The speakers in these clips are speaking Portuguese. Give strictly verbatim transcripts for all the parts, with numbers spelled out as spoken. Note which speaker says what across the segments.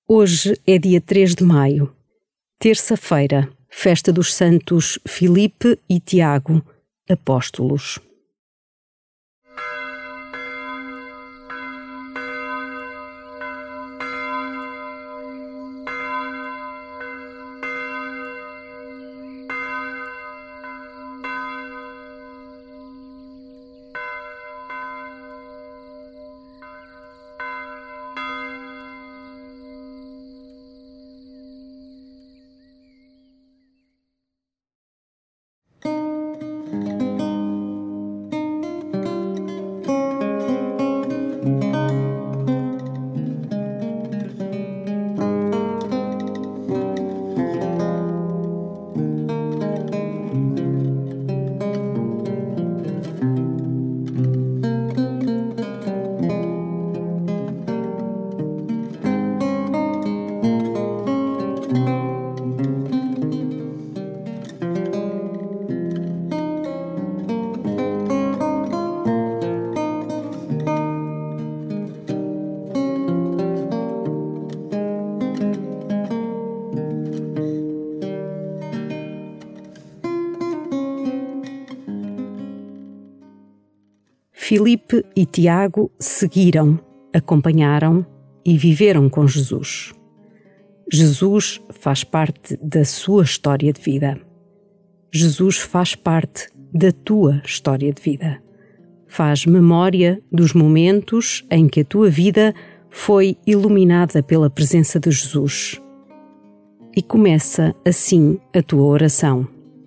Speaker 1: Hoje é dia três de maio, terça-feira, festa dos santos Filipe e Tiago, apóstolos. Filipe e Tiago seguiram, acompanharam e viveram com Jesus. Jesus faz parte da sua história de vida. Jesus faz parte da tua história de vida. Faz memória dos momentos em que a tua vida foi iluminada pela presença de Jesus. E começa assim a tua oração.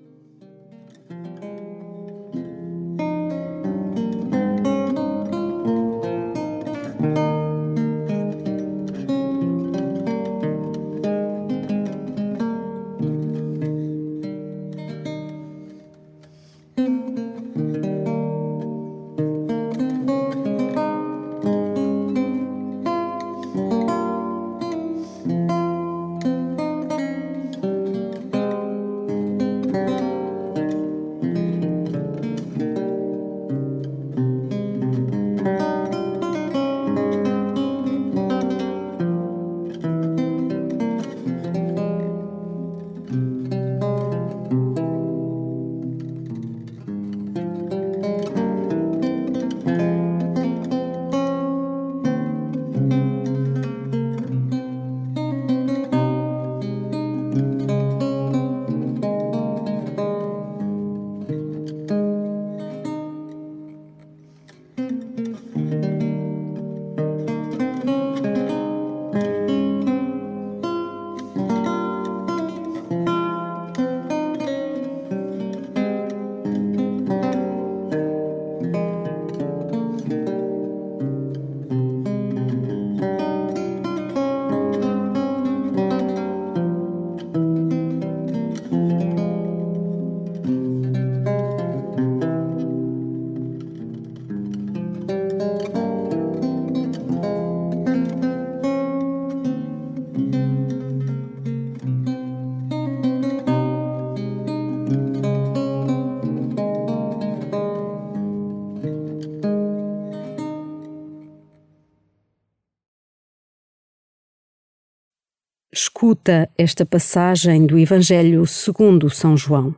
Speaker 1: Escuta esta passagem do Evangelho segundo São João.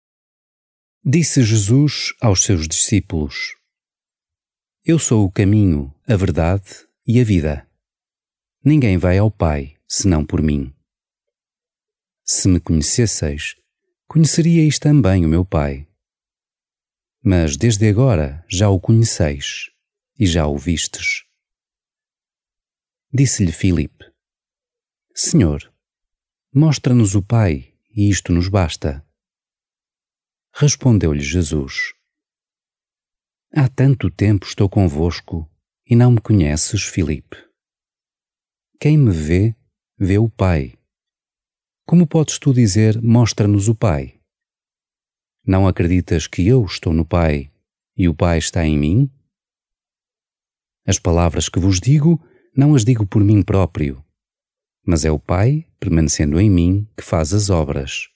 Speaker 2: Disse Jesus aos seus discípulos: Eu sou o caminho, a verdade e a vida. Ninguém vai ao Pai, senão por mim. Se me conhecesseis, conheceríeis também o meu Pai. Mas desde agora já o conheceis e já o vistes. Disse-lhe Filipe: Senhor, mostra-nos o Pai, e isto nos basta. Respondeu-lhe Jesus: Há tanto tempo estou convosco e não me conheces, Filipe. Quem me vê, vê o Pai. Como podes tu dizer, mostra-nos o Pai? Não acreditas que eu estou no Pai e o Pai está em mim? As palavras que vos digo, não as digo por mim próprio, mas é o Pai, permanecendo em mim, que faz as obras.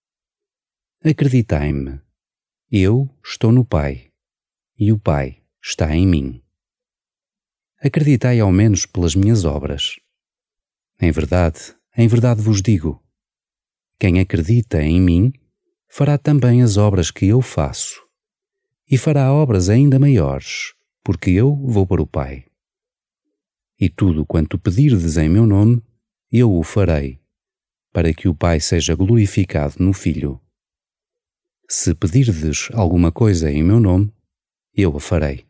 Speaker 2: Acreditai-me, eu estou no Pai, e o Pai está em mim. Acreditai ao menos pelas minhas obras. Em verdade, em verdade vos digo, quem acredita em mim fará também as obras que eu faço, e fará obras ainda maiores, porque eu vou para o Pai. E tudo quanto pedirdes em meu nome, eu o farei, para que o Pai seja glorificado no Filho. Se pedirdes alguma coisa em meu nome, eu a farei.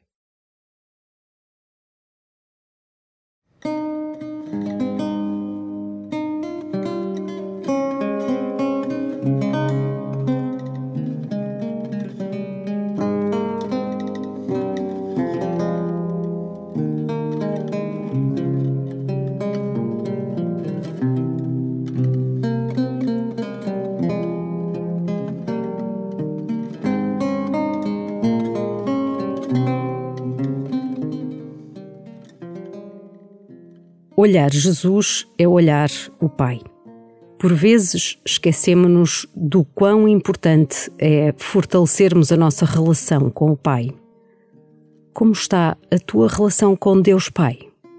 Speaker 1: Olhar Jesus é olhar o Pai. Por vezes esquecemo-nos do quão importante é fortalecermos a nossa relação com o Pai. Como está a tua relação com Deus Pai?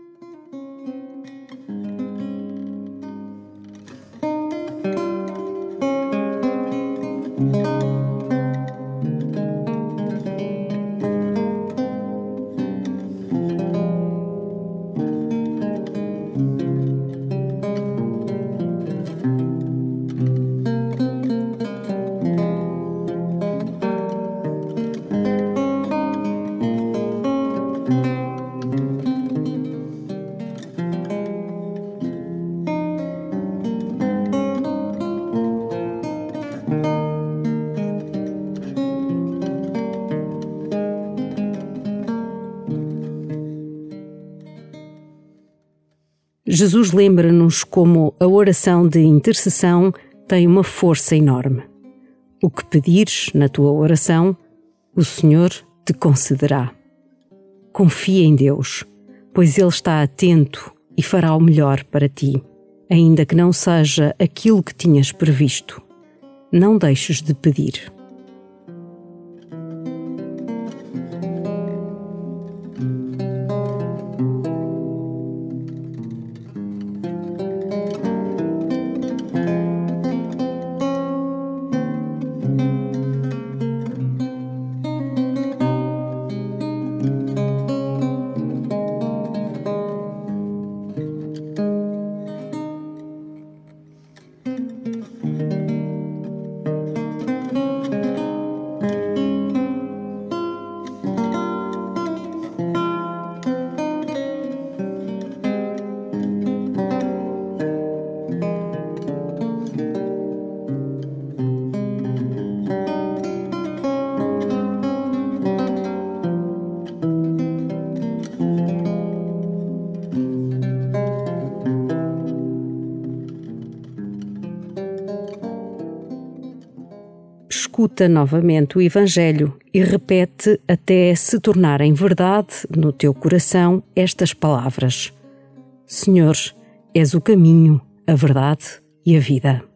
Speaker 1: Jesus lembra-nos como a oração de intercessão tem uma força enorme. O que pedires na tua oração, o Senhor te concederá. Confia em Deus, pois Ele está atento e fará o melhor para ti, ainda que não seja aquilo que tinhas previsto. Não deixes de pedir. Escuta novamente o Evangelho e repete até se tornarem verdade no teu coração estas palavras: Senhor, és o caminho, a verdade e a vida.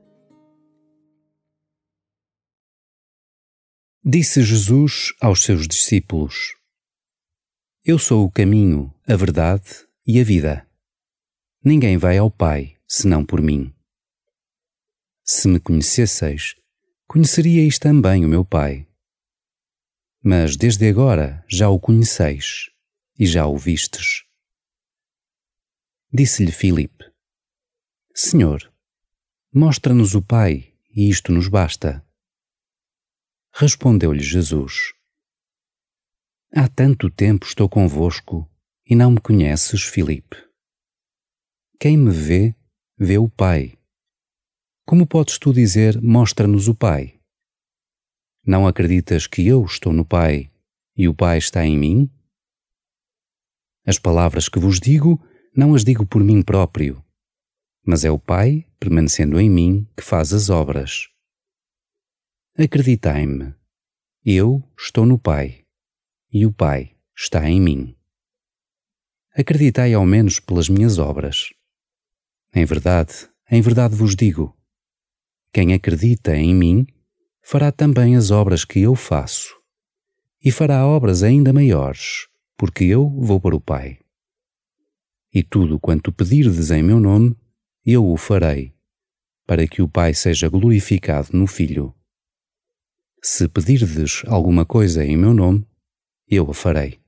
Speaker 2: Disse Jesus aos seus discípulos: Eu sou o caminho, a verdade e a vida. Ninguém vai ao Pai senão por mim. Se me conhecesseis, conheceríeis também o meu Pai. Mas desde agora já o conheceis e já o vistes. Disse-lhe Filipe: Senhor, mostra-nos o Pai e isto nos basta. Respondeu-lhe Jesus: Há tanto tempo estou convosco e não me conheces, Filipe. Quem me vê, vê o Pai. Como podes tu dizer, mostra-nos o Pai? Não acreditas que eu estou no Pai e o Pai está em mim? As palavras que vos digo, não as digo por mim próprio, mas é o Pai, permanecendo em mim, que faz as obras. Acreditai-me, eu estou no Pai e o Pai está em mim. Acreditai ao menos pelas minhas obras. Em verdade, em verdade vos digo, quem acredita em mim fará também as obras que eu faço, e fará obras ainda maiores, porque eu vou para o Pai. E tudo quanto pedirdes em meu nome, eu o farei, para que o Pai seja glorificado no Filho. Se pedirdes alguma coisa em meu nome, eu a farei.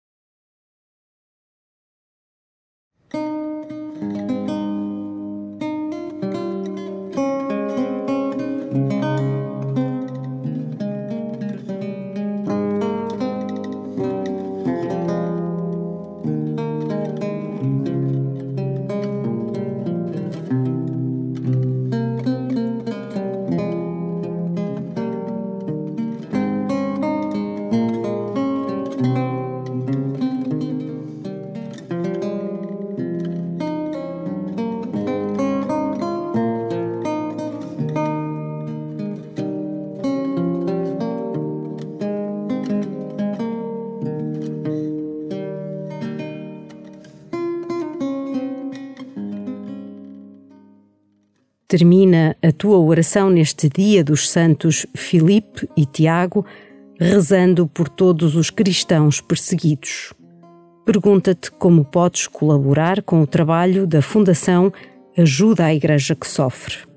Speaker 1: Termina a tua oração neste dia dos santos Filipe e Tiago, rezando por todos os cristãos perseguidos. Pergunta-te como podes colaborar com o trabalho da Fundação Ajuda à Igreja que Sofre.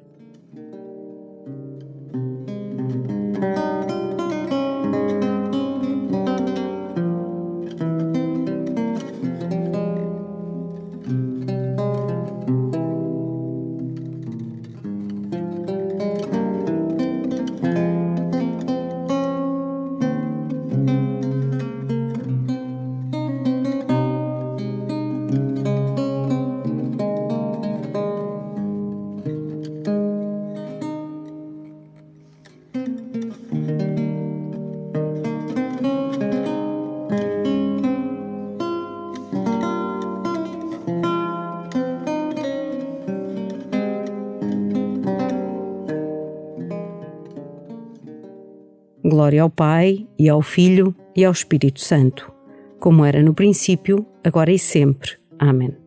Speaker 1: Glória ao Pai, e ao Filho, e ao Espírito Santo, como era no princípio, agora e sempre. Amém.